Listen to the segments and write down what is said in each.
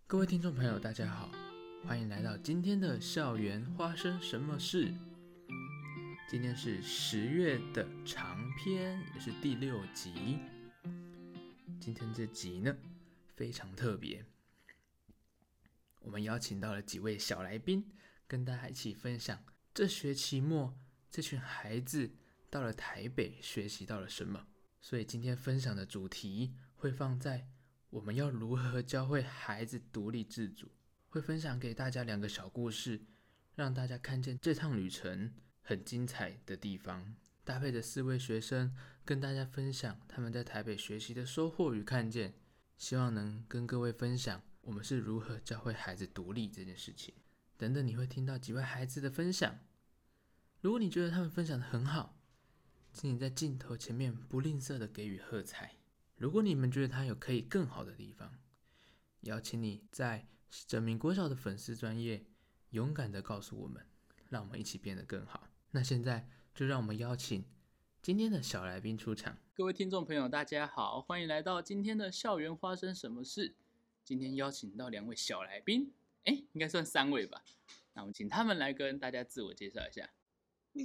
各位听众朋友，大家好，欢迎来到今天的校园发生什么事。今天是10月的长篇，也是第6集。今天这集呢非常特别，我们邀请到了几位小来宾，跟大家一起分享这学期末这群孩子到了台北学习到了什么。所以今天分享的主题会放在我们要如何教会孩子独立自主，会分享给大家2个小故事，让大家看见这趟旅程很精彩的地方，搭配着4位学生跟大家分享他们在台北学习的收获与看见，希望能跟各位分享我们是如何教会孩子独立这件事情。等等你会听到几位孩子的分享，如果你觉得他们分享的很好，请你在镜头前面不吝啬的给予喝彩。如果你们觉得他有可以更好的地方，邀请你在整民国小的粉丝专页勇敢的告诉我们，让我们一起变得更好。那现在就让我们邀请今天的小来宾出场。 各位听众朋友大家好，欢迎来到今天的校园发生什么事。今天邀请到2位小来宾，应该算3位吧。那我们请他们来跟大家自我介绍一下。你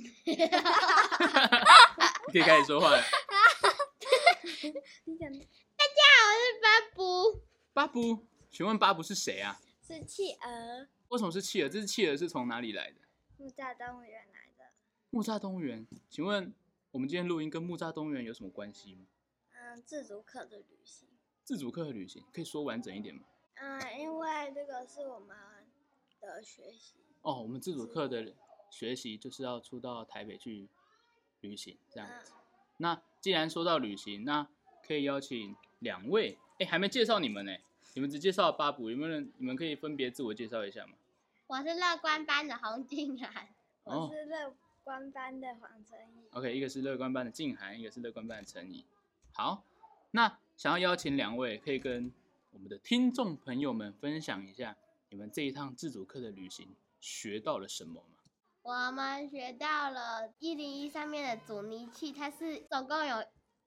可以开始说话了。 大家好，我是巴布。 巴布，请问巴布是谁啊？ 是企鹅。 为什么是企鹅？这只企鹅是从哪里来的？ 木栅动物园来的。 木栅动物园，请问我们今天录音跟木栅动物园有什么关系吗？ 自主课的旅行。 自主课的旅行，可以说完整一点吗？ 因为这个是我们的学习。 我们自主课的学习就是要出到台北去旅行，这样子。那既然说到旅行，那可以邀请2位，还没介绍你们呢，你们只介绍了巴布，有没有人？你们可以分别自我介绍一下吗？ 我是乐观班的洪静涵，我是乐观班的黄晨怡。 OK， 一个是乐观班的静涵，一个是乐观班的陈怡。好，那想要邀请2位，可以跟我们的听众朋友们分享一下你们这一趟自主课的旅行学到了什么吗？ 我们学到了101上面的阻尼器，它是总共有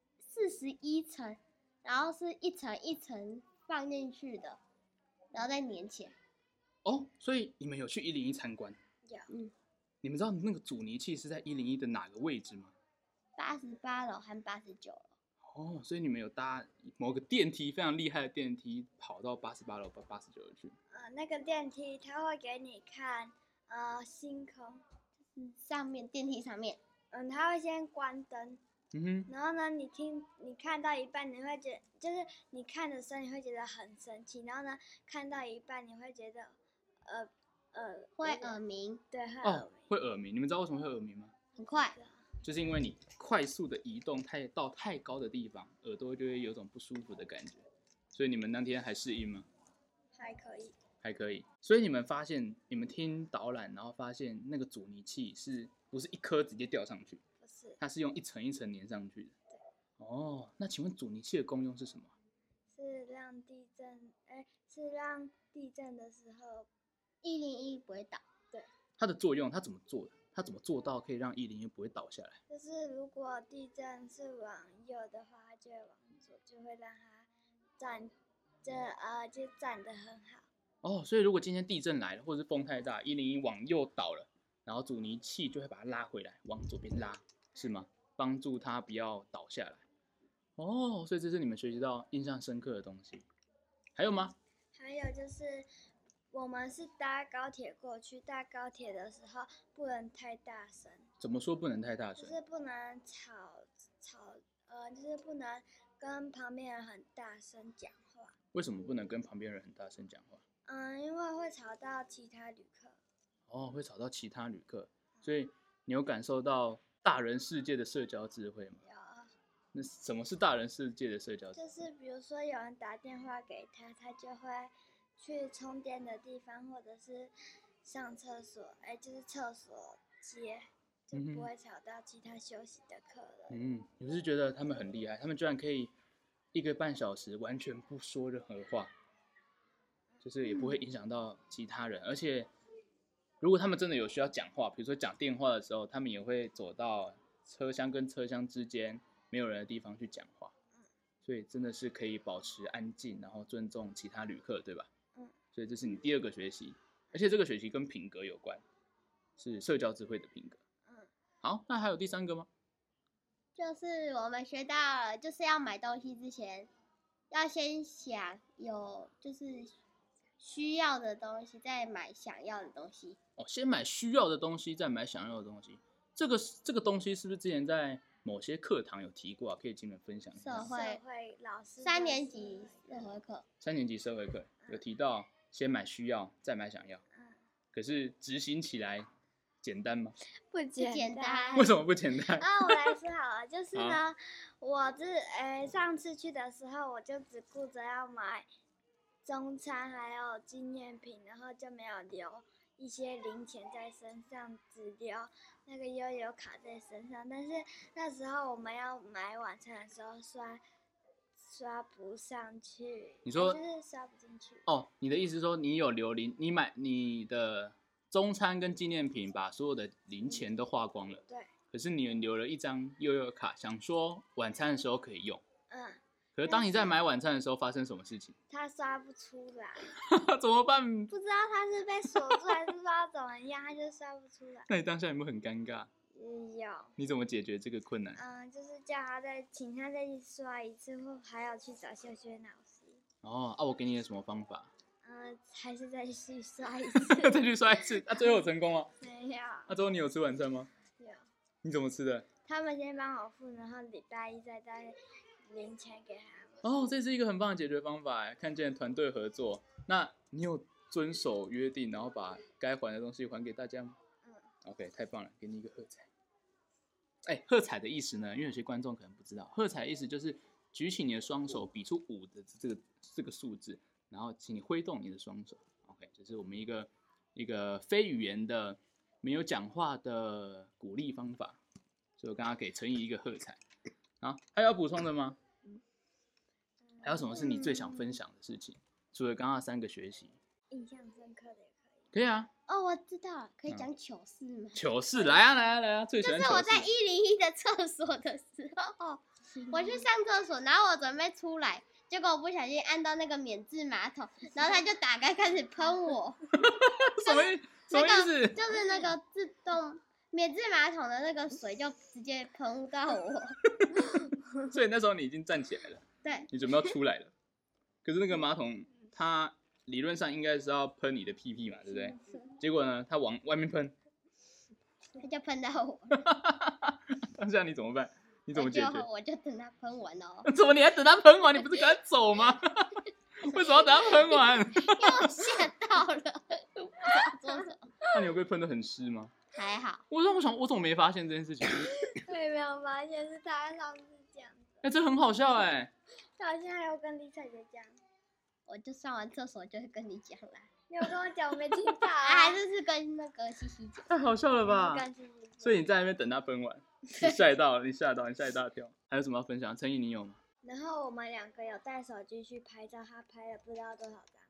41层，然后是一层一层放进去的，然后再粘起来。 所以你们有去101参观？ 有。 你们知道那个阻尼器是在101的哪个位置吗 ？88楼和89楼。 所以你们有搭某个电梯，非常厉害的电梯，跑到88楼、89楼去。 那个电梯它会给你看星空，就是上面电梯上面，它会先关灯，然后呢，你看到一半，你会觉得就是你看的时候你会觉得很生气，然后呢，看到一半你会觉得会耳鸣，对， 会耳鸣。你们知道为什么会耳鸣吗？ 很快， 就是因为你快速的移动到太高的地方，耳朵就会有种不舒服的感觉。所以你们那天还适应吗？还可以。所以你们发现，你们听导览，然后发现那个阻尼器不是一颗直接吊上去？ 不是， 它是用一层一层粘上去的。对。那请问阻尼器的功用是什么？ 是让地震的时候101不会倒。对。 它的作用，它怎么做的？它怎么做到可以让101不会倒下来？ 就是如果地震是往右的话，它就会往左，就会让它就站得很好。 所以如果今天地震来了，或者是风太大，101往右倒了，然后阻尼器就会把它拉回来，往左边拉，是吗？帮助它不要倒下来。所以这是你们学习到印象深刻的东西。还有吗？ 还有就是我们是搭高铁过去，搭高铁的时候不能太大声。 怎么说不能太大声？ 就是不能就是不能跟旁边人很大声讲话。 为什么不能跟旁边人很大声讲话？ 因为会吵到其他旅客。 会吵到其他旅客。所以你有感受到大人世界的社交智慧吗？ 有。 那什么是大人世界的社交智慧？ 就是比如说有人打电话给他，他就会去充电的地方，或者是上厕所，就是厕所接，就不会吵到其他休息的客人。 你是觉得他们很厉害，他们居然可以1个半小时完全不说任何话，就是也不会影响到其他人，而且如果他们真的有需要讲话，比如说讲电话的时候，他们也会走到车厢跟车厢之间没有人的地方去讲话，所以真的是可以保持安静，然后尊重其他旅客，对吧？ 所以这是你第2个学习，而且这个学习跟品格有关，是社交智慧的品格。好，那还有第3个吗？ 就是我们学到了，就是要买东西之前，要先想有就是需要的东西，再买想要的东西。 先买需要的东西，再买想要的东西。这个东西是不是之前在某些课堂有提过啊？可以请你们分享一下。 社会老师3年级社会课 ，3年级社会课有提到先买需要，再买想要。可是执行起来简单吗？ 不简单。 为什么不简单？ 我来说好了，就是呢，我上次去的时候，我就只顾着要买中餐还有纪念品，然后就没有留一些零钱在身上，只留那个悠游卡在身上。但是那时候我们要买晚餐的时候刷不上去， 你说就是刷不进去。 你的意思是说你有留你买你的中餐跟纪念品，把所有的零钱都花光了。 对。 可是你留了一张悠游卡，想说晚餐的时候可以用。可是当你在买晚餐的时候，发生什么事情？ 他刷不出来。 怎么办？ 不知道他是被锁住还是不知道怎么样，他就刷不出来。 那你当下有没有很尴尬？ 有。 你怎么解决这个困难？ 就是叫他请他再刷一次，或还要去找秀娟老师。 我给你的什么方法？ 还是再去刷一次。 再去刷一次，最后有成功吗？ 没有。 最后你有吃晚餐吗？ 有。 你怎么吃的？ 他们先帮我付，然后礼拜一再带零钱给他们。 这是一个很棒的解决方法，看见团队合作。那你有遵守约定，然后把该还的东西还给大家吗？OK， 太棒了，给你一个喝彩。喝彩的意思呢，因为有些观众可能不知道，喝彩的意思就是举起你的双手，比出5的这个数字，然后请你挥动你的双手。OK， 这是我们一个非语言的、没有讲话的鼓励方法。所以我刚刚给陈怡一个喝彩。好，还有要补充的吗？还有什么是你最想分享的事情？除了刚刚3个学习， 印象深刻的也可以。 可以啊。 我知道了，可以讲糗事吗？ 糗事，来啊！最喜欢糗事。 就是我在101的厕所的时候，我去上厕所，然后我准备出来，结果我不小心按到那个免治马桶，然后它就打开开始喷我。 什么意思？ 就是那个自动免治马桶的那个水就直接喷到我。 所以那时候你已经站起来了。 对。 你准备要出来了，可是那个马桶它理论上应该是要喷你的屁屁嘛，对不对？结果呢，它往外面喷，它就喷到我。当下你怎么办？你怎么解决？ 我就等它喷完哦。 怎么你还等它喷完？你不是赶快走吗？为什么要等它喷完？ 因为我吓到了，不知道做什么。 那你有被喷得很湿吗？ 还好。 我怎么没发现这件事情？ 我也没有发现，是他上次讲的。 这很好笑他好像还有跟李彩姐讲。我就上完厕所就会跟你讲啦。你有跟我讲，我没听到。还是跟那个西西讲。 太好笑了吧？ 跟西西。 所以你在那边等他喷完，你吓一大跳。还有什么要分享？陈怡你有吗？ 然后我们2个有带手机去拍照，他拍了不知道多少张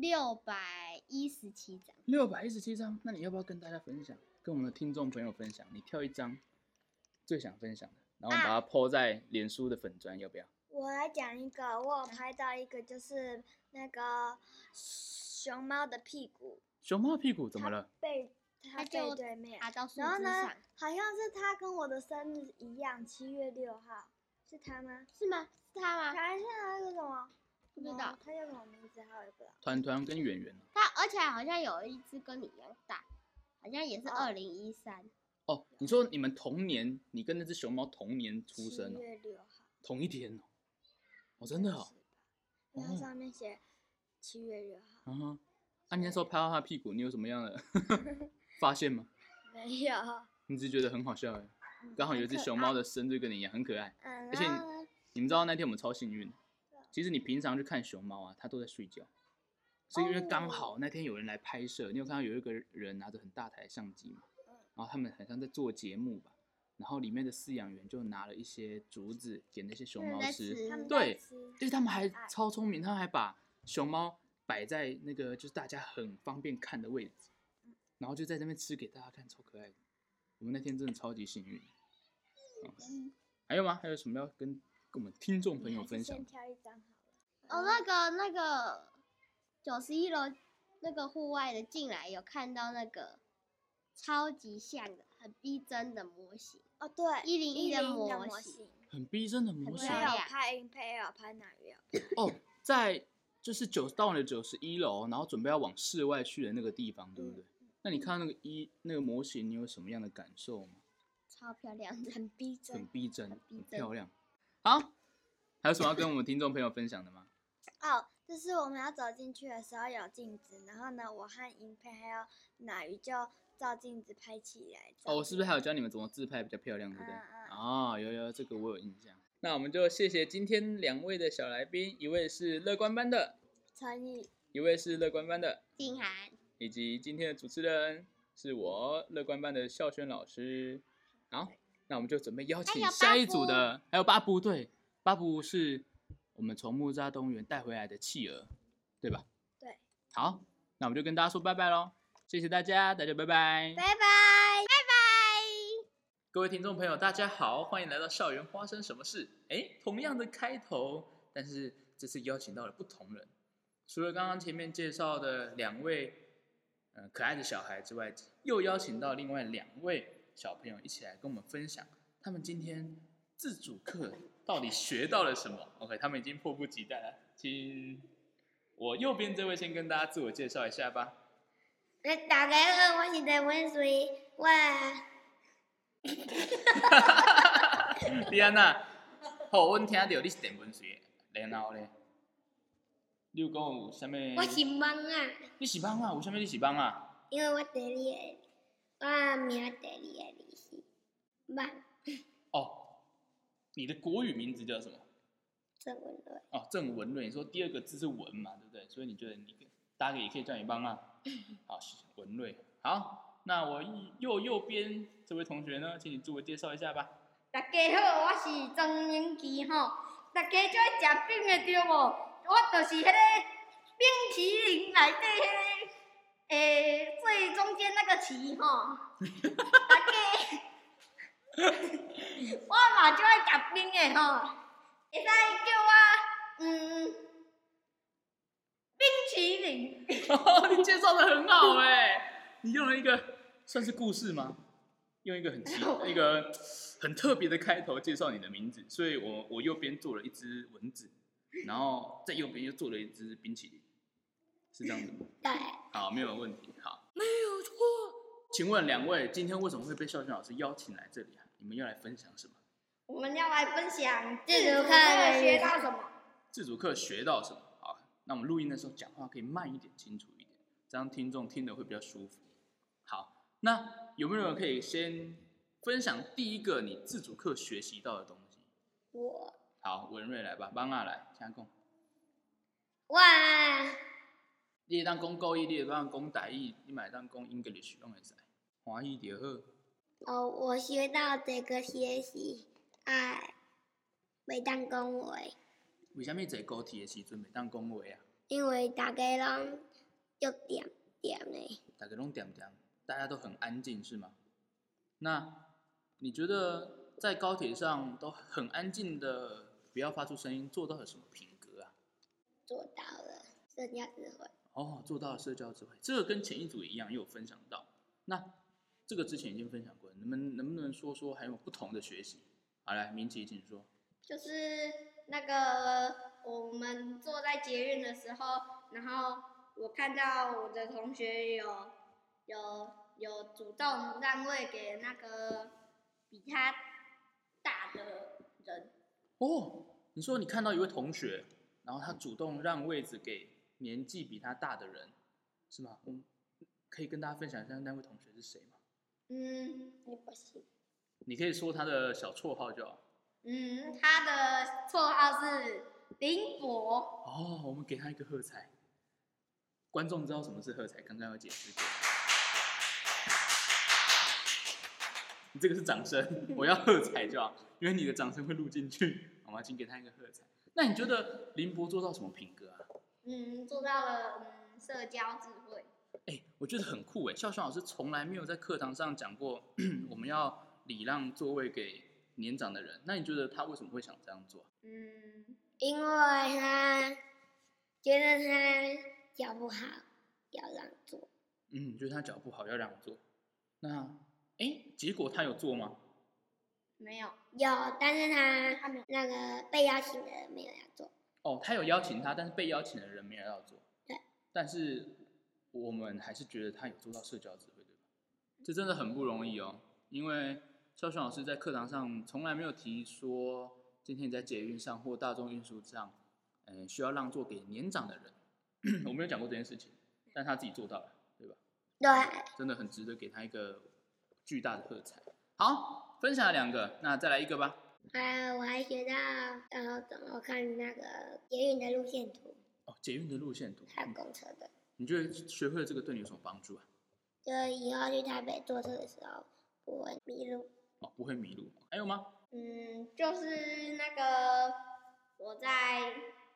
，617张。 617张，那你要不要跟大家分享？跟我们的听众朋友分享，你挑一张最想分享的，然后我们把它 po 在脸书的粉专，要不要？ 我来讲一个，我有拍到一个，就是那个熊猫的屁股。 熊猫的屁股怎么了？ 它背对面，然后呢，好像是它跟我的生日一样，7月6号，是它吗？是吗？是它吗？还是那个什么？不知道，它叫什么名字？还有一个。 团团跟圆圆。 它而且好像有一只跟你一样大，好像也是2013。 你说你们同年，你跟那只熊猫同年出生 7月6号。 同一天真的哦。 它上面写7月6号。 你那时候拍到它屁股，你有什么样的发现吗？ 没有。 你只是觉得很好笑刚好有一只熊猫的生日跟你一样，很可爱。而且你们知道那天我们超幸运。其实你平常去看熊猫啊，它都在睡觉，是因为刚好那天有人来拍摄。你有看到有一个人拿着很大台的相机吗？然后他们好像在做节目吧，然后里面的饲养员就拿了一些竹子给那些熊猫吃。对，因为他们还超聪明，他们还把熊猫摆在那个就是大家很方便看的位置，然后就在那边吃给大家看，超可爱的。我们那天真的超级幸运。还有吗？还有什么要跟我们听众朋友分享？ 先挑一张好了。那个91楼那个户外的进来，有看到那个超级像的、很逼真的模型。哦，对，101的模型， 很逼真的模型。 也有拍音配，也有拍哪里？ 哦，在就是到了91楼，然后准备要往室外去的那个地方，对不对？那你看到那个模型，你有什么样的感受吗？ 超漂亮的，很逼真， 很漂亮。好，还有什么要跟我们听众朋友分享的吗？ 哦，就是我们要走进去的时候有镜子，然后呢，我和银佩还有哪鱼就照镜子拍起来。 哦，我是不是还有教你们怎么自拍比较漂亮，对不对？哦，有，这个我有印象。那我们就谢谢今天2位的小来宾，一位是乐观班的陈毅， 一位是乐观班的静涵， 以及今天的主持人是我乐观班的孝轩老师。好，那我们就准备邀请下一组的，还有巴布，对，巴布是我们从木栅动物园带回来的企鹅，对吧？ 对。 好，那我们就跟大家说拜拜咯，谢谢大家，大家拜拜， 拜拜。 各位听众朋友，大家好，欢迎来到校园发生什么事？同样的开头，但是这次邀请到了不同人。除了刚刚前面介绍的2位可爱的小孩之外，又邀请到另外2位小朋友一起来跟我们分享他们今天自主课到底学到了什么。 OK， 他们已经迫不及待了，请我右边这位先跟大家自我介绍一下吧。 大家好，我是陈文水， 你安那？好，阮听到你是电文水，然后咧，你有讲有啥物？ 我是蚊啊。 你是蚊啊？为什么你是蚊啊？ 因为我名第2个字是蚊。 哦，你的国语名字叫什么？ 郑文瑞。 哦，郑文瑞。你说第2个字是文嘛，对不对？所以你觉得大家也可以叫你蚊啊？好，文瑞。好，那我右边这位同学呢，请你自我介绍一下吧。 大家好，我是庄英琪吼。大家最爱吃冰的对无？我就是迄个冰淇淋内底迄个最中间那个旗吼。大家，我嘛最爱吃冰的吼，会使叫我冰淇淋。 你介绍的很好你用了一个算是故事吗？用一个很特别的开头介绍你的名字，所以我右边做了一只蚊子，然后在右边又做了一只冰淇淋，是这样子吗？ 对。 好，没有问题。好， 没有错。 请问2位今天为什么会被孝轩老师邀请来这里啊？你们要来分享什么？ 我们要来分享自主课学到什么。 自主课学到什么？好，那我们录音的时候讲话可以慢一点、清楚一点，这样听众听得会比较舒服。好，那有没有人可以先分享第一个你自主课学习到的东西？ 我。 好，文瑞来吧，帮我来，请讲。你会当讲国语，你会当讲台语，你嘛会当讲 English， 拢会使，欢喜就好。 我学到这个学习，袂当讲话。 为什么坐高铁的时阵袂当讲话啊？ 因为大家拢足点点的。 大家拢点点，大家都很安静，是吗？那你觉得在高铁上都很安静的，不要发出声音，做到了什么品格啊？ 做到了社交智慧。 哦，做到了社交智慧，这个跟前一组也一样，也有分享到。那这个之前已经分享过，能不能说说还有不同的学习？好，来，明琪请说。 就是那个我们坐在捷运的时候，然后我看到我的同学有主动让位给那个比他大的人。 哦，你说你看到一位同学，然后他主动让位置给年纪比他大的人，是吗？可以跟大家分享一下那位同学是谁吗？ 你不行。 你可以说他的小绰号就好。 他的绰号是林博。 哦，我们给他一个喝彩。观众知道什么是喝彩，刚刚有解释过。你这个是掌声，我要喝彩就好，因为你的掌声会录进去。好吗？请给他一个喝彩。那你觉得林博做到什么品格啊？ 做到了社交智慧。 我觉得很酷孝轩老师从来没有在课堂上讲过我们要礼让座位给年长的人。那你觉得他为什么会想这样做？ 因为他觉得他教不好， 要让座。 就是他脚不好要让座。那结果他有做吗？ 没有。 有，但是他那个被邀请的人没有要做。 他有邀请他，但是被邀请的人没有要做。 对。 但是我们还是觉得他有做到社交指挥，对吧？这真的很不容易哦，因为少轩老师在课堂上从来没有提说，今天你在捷运上或大众运输上，需要让座给年长的人，我没有讲过这件事情，但他自己做到了，对吧？ 对。 真的很值得给他一个巨大的喝彩。好，分享了2个，那再来1个吧。 我还学到怎么看那个捷运的路线图。 捷运的路线图。 还有公车的。 你觉得学会了这个对你有什么帮助啊？ 就以后去台北坐车的时候不会迷路。 不会迷路。还有吗？ 就是那个我在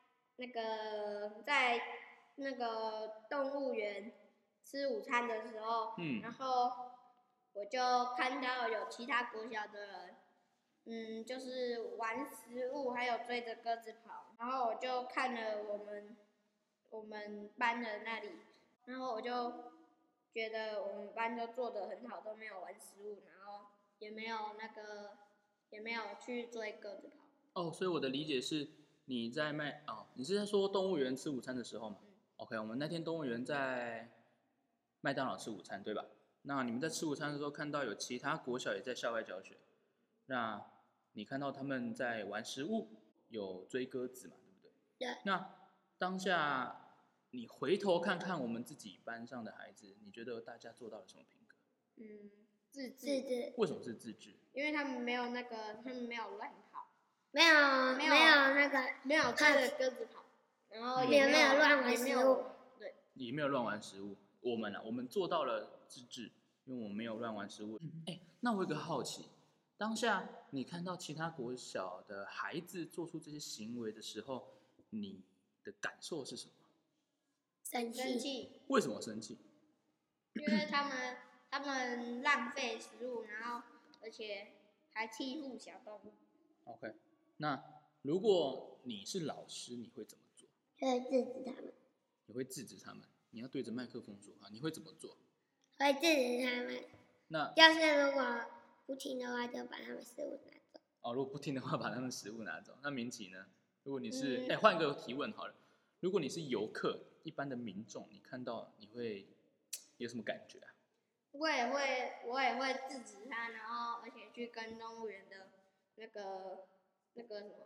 那个动物园吃午餐的时候，然后我就看到有其他国小的人，就是玩食物，还有追着鸽子跑，然后我就看了我们班的那里，然后我就觉得我们班都做得很好，都没有玩食物，然后也没有去追鸽子跑。 所以我的理解是，你在你是在说动物园吃午餐的时候吗？OK， 我们那天动物园在麦当劳吃午餐，对吧？那你们在吃午餐的时候看到有其他国小也在校外教学，那你看到他们在玩食物，有追鸽子嘛，对不对？ 对。 那当下你回头看看我们自己班上的孩子，你觉得大家做到了什么品格？ 自制。 为什么是自制？ 因为他们没有乱跑， 没有那个没有追着鸽子跑，然后也没有乱玩食物。 对， 也没有乱玩食物。我们做到了自制，因为我们没有乱玩食物。那我有个好奇，当下你看到其他国小的孩子做出这些行为的时候，你的感受是什么？ 生气。 为什么生气？ 因为他们浪费食物，然后而且还欺负小动物。 OK， 那如果你是老师，你会怎么做？ 会制止他们。 你会制止他们？你要对着麦克风说话，你会怎么做？ 会制止他们。 那要是如果不听的话，就把他们食物拿走。 如果不听的话，把他们食物拿走。那明启呢？如果你是换个提问好了，如果你是游客，一般的民众，你看到你会有什么感觉啊？ 我也会制止他，然后而且去跟动物园的那个什么，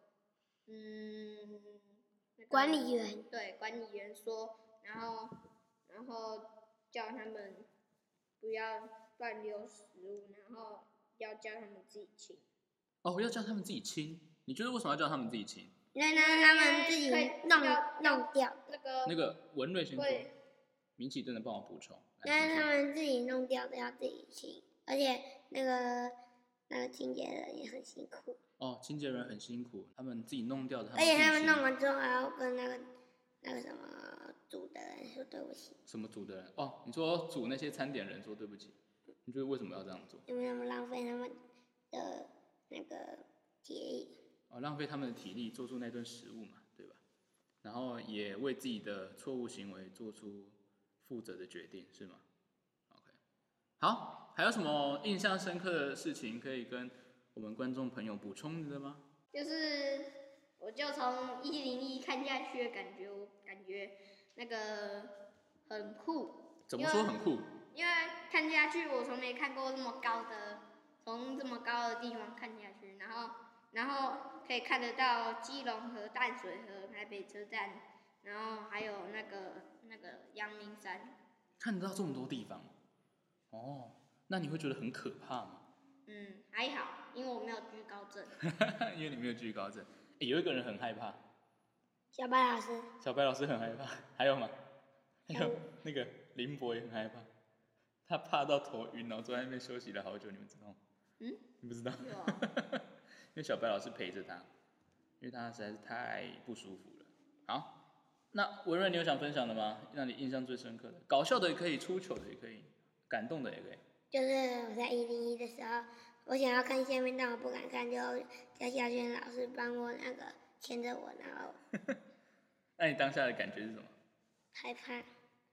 管理员。 对，管理员说，然后叫他们不要乱丢食物，然后要叫他们自己清。 要叫他们自己清？你觉得为什么要叫他们自己清？ 因为他们自己弄掉。 那个文瑞先说，明启真的帮我补充。 因为他们自己弄掉的要自己清，而且那个清洁人也很辛苦。 清洁人很辛苦，他们自己弄掉的。 而且他们弄完之后还要跟那个什么煮的人说对不起。 什么煮的人？你说煮那些餐点人说对不起？你觉得为什么要这样做？ 因为他们浪费他们的那个体力。 浪费他们的体力做出那顿食物嘛，对吧？然后也为自己的错误行为做出负责的决定，是吗 ？OK， 好，还有什么印象深刻的事情可以跟我们观众朋友补充的吗？ 就是我就从101看下去的感觉，我感觉那个很酷。 怎么说很酷？ 因为看下去我从没看过从这么高的地方看下去，然后可以看得到基隆河、淡水河、台北车站，然后还有那个阳明山。 看得到这么多地方，那你会觉得很可怕吗？ 还好，因为我没有惧高症。 因为你没有惧高症。有一个人很害怕。 小白老师。 小白老师很害怕，还有吗？还有那个林博也很害怕，他怕到头晕，然后坐在那边休息了好久，你们知道吗？你不知道？ 有啊。 因为小白老师陪着他，因为他实在是太不舒服了。好，那文瑞你有想分享的吗？让你印象最深刻的，搞笑的也可以，出糗的也可以，感动的也可以。 就是我在101的时候，我想要看下面，但我不敢看，就叫小轩老师帮我牵着我，然后。 那你当下的感觉是什么？ 害怕。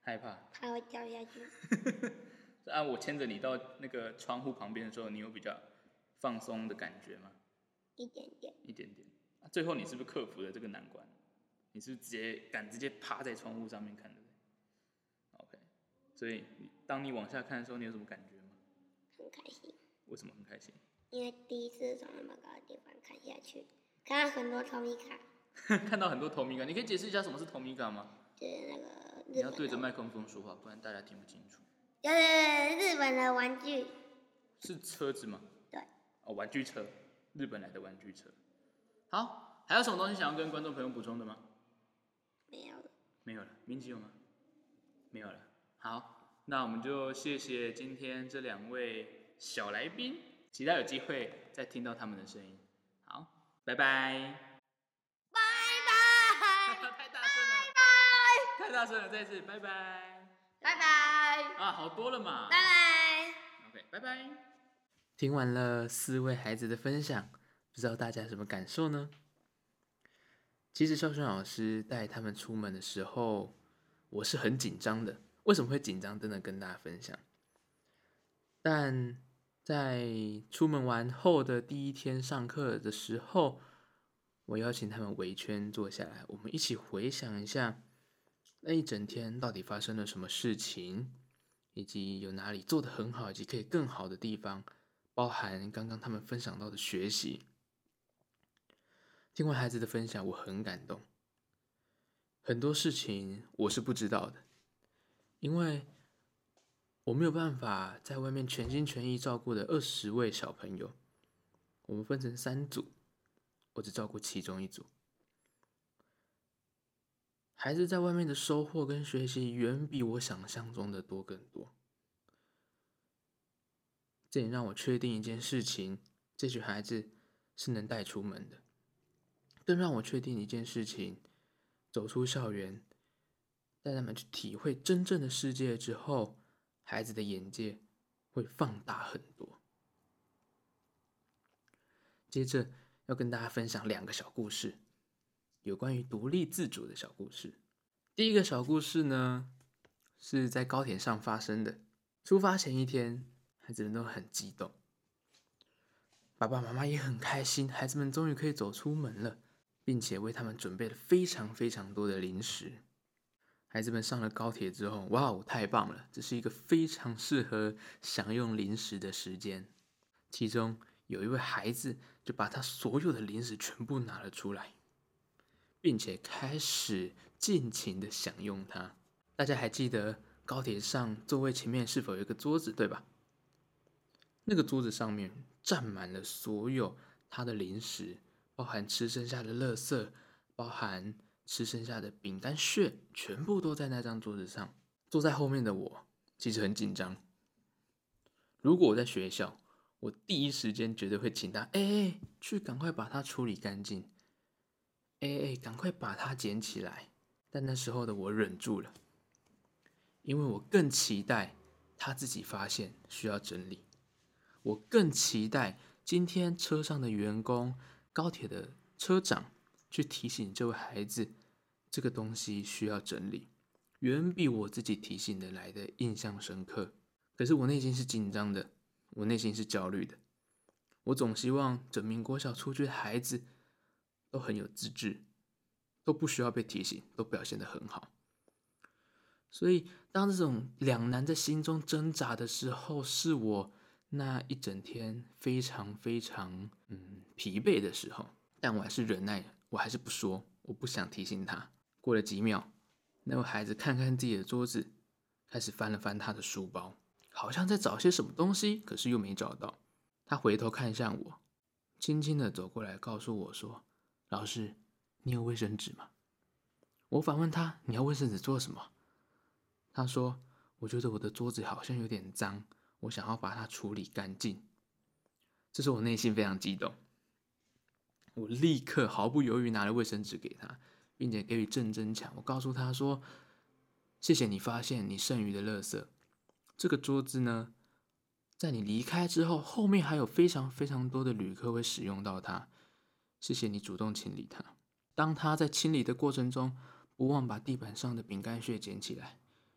害怕， 怕会掉下去。 我牵着你到那个窗户旁边的时候，你有比较放松的感觉吗？ 一点点。 最后你是不是克服了这个难关？你是不是直接趴在窗户上面看的 ？OK， 所以当你往下看的时候，你有什么感觉吗？ 很开心。 为什么很开心？ 因为第一次从那么高的地方看下去，看到很多透明卡。 看到很多透明卡，你可以解释一下什么是透明卡吗？ 就是那个你要对着麦克风说话，不然大家听不清楚。 就是日本的玩具。 是车子吗？ 对。 玩具车，日本来的玩具车。好，还有什么东西想要跟观众朋友补充的吗？没有了。明吉有吗？没有了。好，那我们就谢谢今天这2位小来宾，期待有机会再听到他们的声音。好，拜拜。 拜拜。 太大声了。太大声了，再一次拜拜。 拜拜。 好多了嘛。 拜拜。 OK， 拜拜。 听完了4位孩子的分享，不知道大家有什么感受呢？其实少轩老师带他们出门的时候，我是很紧张的。为什么会紧张？真的跟大家分享。但在出门完后的第1天上课的时候，我邀请他们围圈坐下来，我们一起回想一下那一整天到底发生了什么事情，以及有哪里做得很好，以及可以更好的地方，包含刚刚他们分享到的学习。听完孩子的分享，我很感动。很多事情我是不知道的，因为我没有办法在外面全心全意照顾的20位小朋友，我们分成3组，我只照顾其中1组。孩子在外面的收获跟学习远比我想象中的多更多。这也让我确定一件事情，这群孩子是能带出门的。更让我确定一件事情，走出校园，带他们去体会真正的世界之后，孩子的眼界会放大很多。接着要跟大家分享2个小故事，有关于独立自主的小故事。第一个小故事呢，是在高铁上发生的。出发前1天，孩子们都很激动，爸爸妈妈也很开心，孩子们终于可以走出门了，并且为他们准备了非常非常多的零食。孩子们上了高铁之后，哇哦，太棒了！这是一个非常适合享用零食的时间。其中有一位孩子就把他所有的零食全部拿了出来，并且开始尽情的享用它。大家还记得高铁上座位前面是否有一个桌子，对吧？那个桌子上面站满了所有他的零食，包含吃剩下的垃圾，包含吃剩下的饼干屑，全部都在那张桌子上。坐在后面的我其实很紧张。如果我在学校，我第一时间绝对会请他，去赶快把它处理干净，赶快把它捡起来。但那时候的我忍住了，因为我更期待他自己发现需要整理。我更期待今天车上的员工、高铁的车长去提醒这位孩子，这个东西需要整理，远比我自己提醒的来的印象深刻。可是我内心是紧张的，我内心是焦虑的。我总希望整名国小出去的孩子都很有自制，都不需要被提醒，都表现得很好。所以当这种两难在心中挣扎的时候，是我那一整天非常非常疲惫的时候。但我还是忍耐，我还是不说，我不想提醒他。过了几秒，那位孩子看看自己的桌子，开始翻了翻他的书包，好像在找些什么东西，可是又没找到。他回头看向我，轻轻地走过来告诉我说，老师，你有卫生纸吗？我反问他，你要卫生纸做什么？他说，我觉得我的桌子好像有点脏，我想要把它处理干净。这时候我内心非常激动，我立刻毫不犹豫拿了卫生纸给他，并且给予正增强。我告诉他说，谢谢你发现你剩余的垃圾，这个桌子呢，在你离开之后，后面还有非常非常多的旅客会使用到它，谢谢你主动清理它。当他在清理的过程中，不忘把地板上的饼干屑捡起来，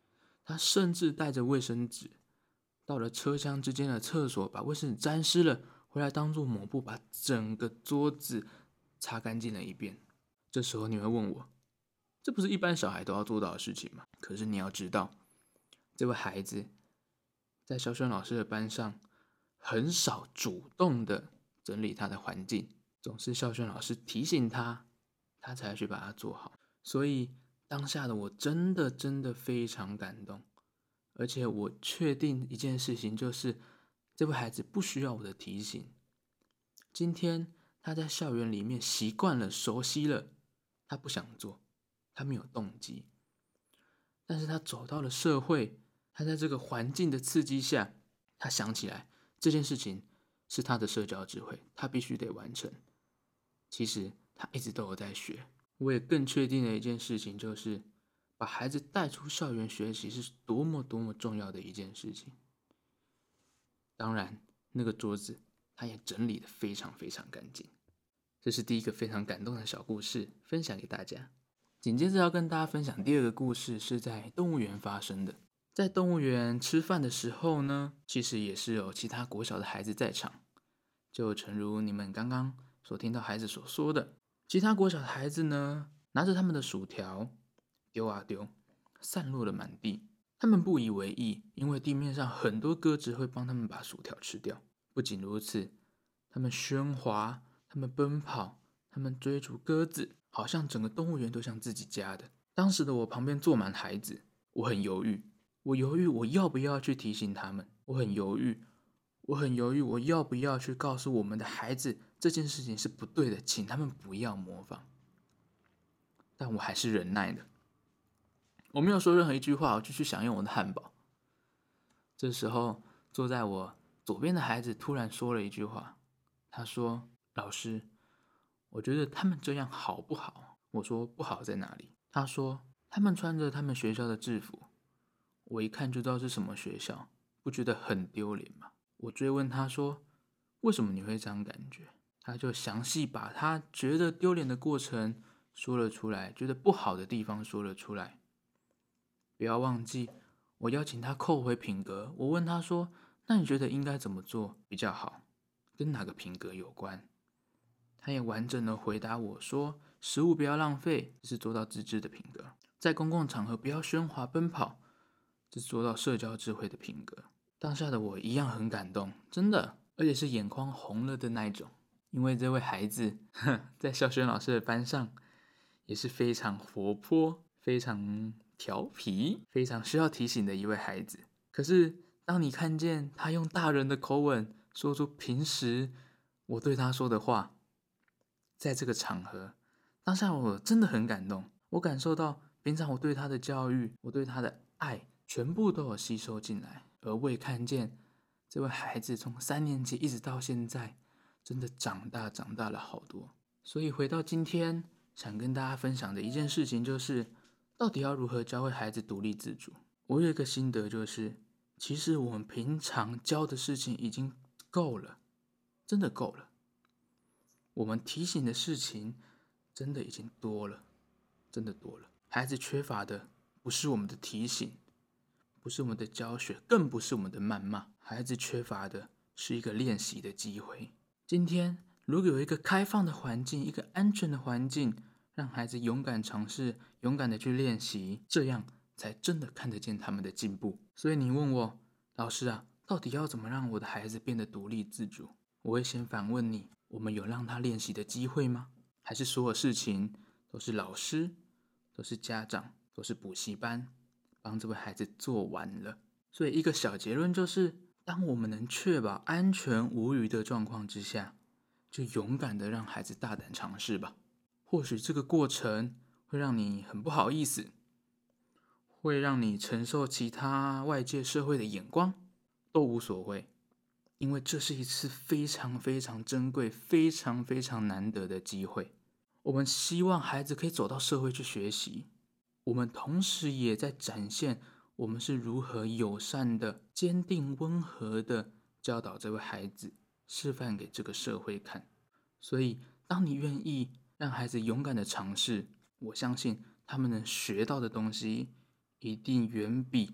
他甚至带着卫生纸到了车厢之间的厕所，把卫生纸沾湿了，回来当作抹布，把整个桌子擦干净了一遍。这时候你会问我，这不是一般小孩都要做到的事情吗？可是你要知道，这位孩子在萧轩老师的班上很少主动的整理他的环境，总是萧轩老师提醒他，他才去把它做好。所以当下的我真的非常感动，而且我确定一件事情，就是这位孩子不需要我的提醒。今天他在校园里面习惯了、熟悉了，他不想做，他没有动机。但是他走到了社会，他在这个环境的刺激下，他想起来这件事情是他的社交智慧，他必须得完成。其实他一直都有在学。我也更确定的一件事情，就是把孩子带出校园学习是多么重要的一件事情。当然，那个桌子他也整理得非常干净。这是第一个非常感动的小故事，分享给大家。紧接着要跟大家分享第二个故事，是在动物园发生的。在动物园吃饭的时候呢，其实也是有其他国小的孩子在场，就诚如你们刚刚所听到孩子所说的，其他国小的孩子呢，拿着他们的薯条丢啊丢，散落了满地。他们不以为意，因为地面上很多鸽子会帮他们把薯条吃掉。不仅如此，他们喧哗，他们奔跑，他们追逐鸽子，好像整个动物园都像自己家的。当时的我旁边坐满孩子，我很犹豫，我要不要去提醒他们？我很犹豫，我要不要去告诉我们的孩子这件事情是不对的，请他们不要模仿。但我还是忍耐了，我没有说任何一句话，我就去享用我的汉堡。这时候坐在我左边的孩子突然说了一句话，他说：老师，我觉得他们这样好不好？我说不好在哪里？他说他们穿着他们学校的制服，我一看就知道是什么学校，不觉得很丢脸吗？我追问他说，为什么你会这样感觉？他就详细把他觉得丢脸的过程说了出来，觉得不好的地方说了出来。不要忘记，我邀请他扣回品格。我问他说，那你觉得应该怎么做比较好？跟哪个品格有关？他也完整的回答我说，食物不要浪费，这是做到自制的品格；在公共场合不要喧哗奔跑，这是做到社交智慧的品格。当下的我一样很感动，真的，而且是眼眶红了的那种。因为这位孩子在萧轩老师的班上也是非常活泼、非常调皮、非常需要提醒的一位孩子。可是当你看见他用大人的口吻说出平时我对他说的话，在这个场合，当下我真的很感动。我感受到平常我对他的教育，我对他的爱，全部都有吸收进来。而我也看见这位孩子从3年级一直到现在，真的长大了好多。所以回到今天，想跟大家分享的一件事情就是，到底要如何教会孩子独立自主？我有一个心得，就是其实我们平常教的事情已经够了，真的够了。我们提醒的事情真的已经多了，真的多了。孩子缺乏的不是我们的提醒，不是我们的教学，更不是我们的谩骂。孩子缺乏的是一个练习的机会。今天如果有一个开放的环境，一个安全的环境，让孩子勇敢尝试，勇敢的去练习，这样才真的看得见他们的进步。所以你问我，老师啊，到底要怎么让我的孩子变得独立自主？我会先反问你，我们有让他练习的机会吗？还是所有事情都是老师，都是家长，都是补习班帮这位孩子做完了？所以一个小结论就是，当我们能确保安全无虞的状况之下，就勇敢的让孩子大胆尝试吧。或许这个过程会让你很不好意思，会让你承受其他外界社会的眼光，都无所谓，因为这是一次非常珍贵、非常难得的机会。我们希望孩子可以走到社会去学习，我们同时也在展现我们是如何友善的、坚定、温和的教导这位孩子，示范给这个社会看。所以当你愿意让孩子勇敢的尝试，我相信他们能学到的东西一定远比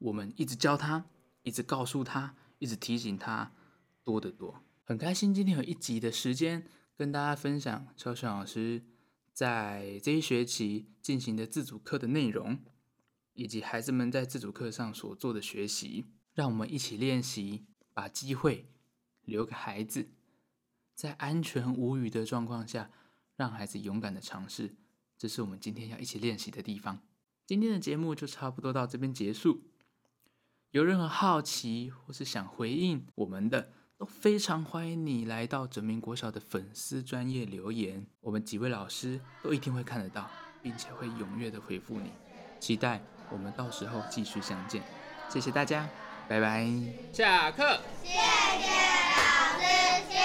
我们一直教他，一直告诉他，一直提醒他多得多。很开心今天有一集的时间跟大家分享小雪老师在这一学期进行的自主课的内容，以及孩子们在自主课上所做的学习。让我们一起练习，把机会留给孩子，在安全无虞的状况下，让孩子勇敢的尝试，这是我们今天要一起练习的地方。今天的节目就差不多到这边结束。有任何好奇或是想回应我们的，都非常欢迎你来到准明国小的粉丝专页留言，我们几位老师都一定会看得到，并且会踊跃的回复你。期待我们到时候继续相见，谢谢大家，拜拜。下课。 谢谢老师。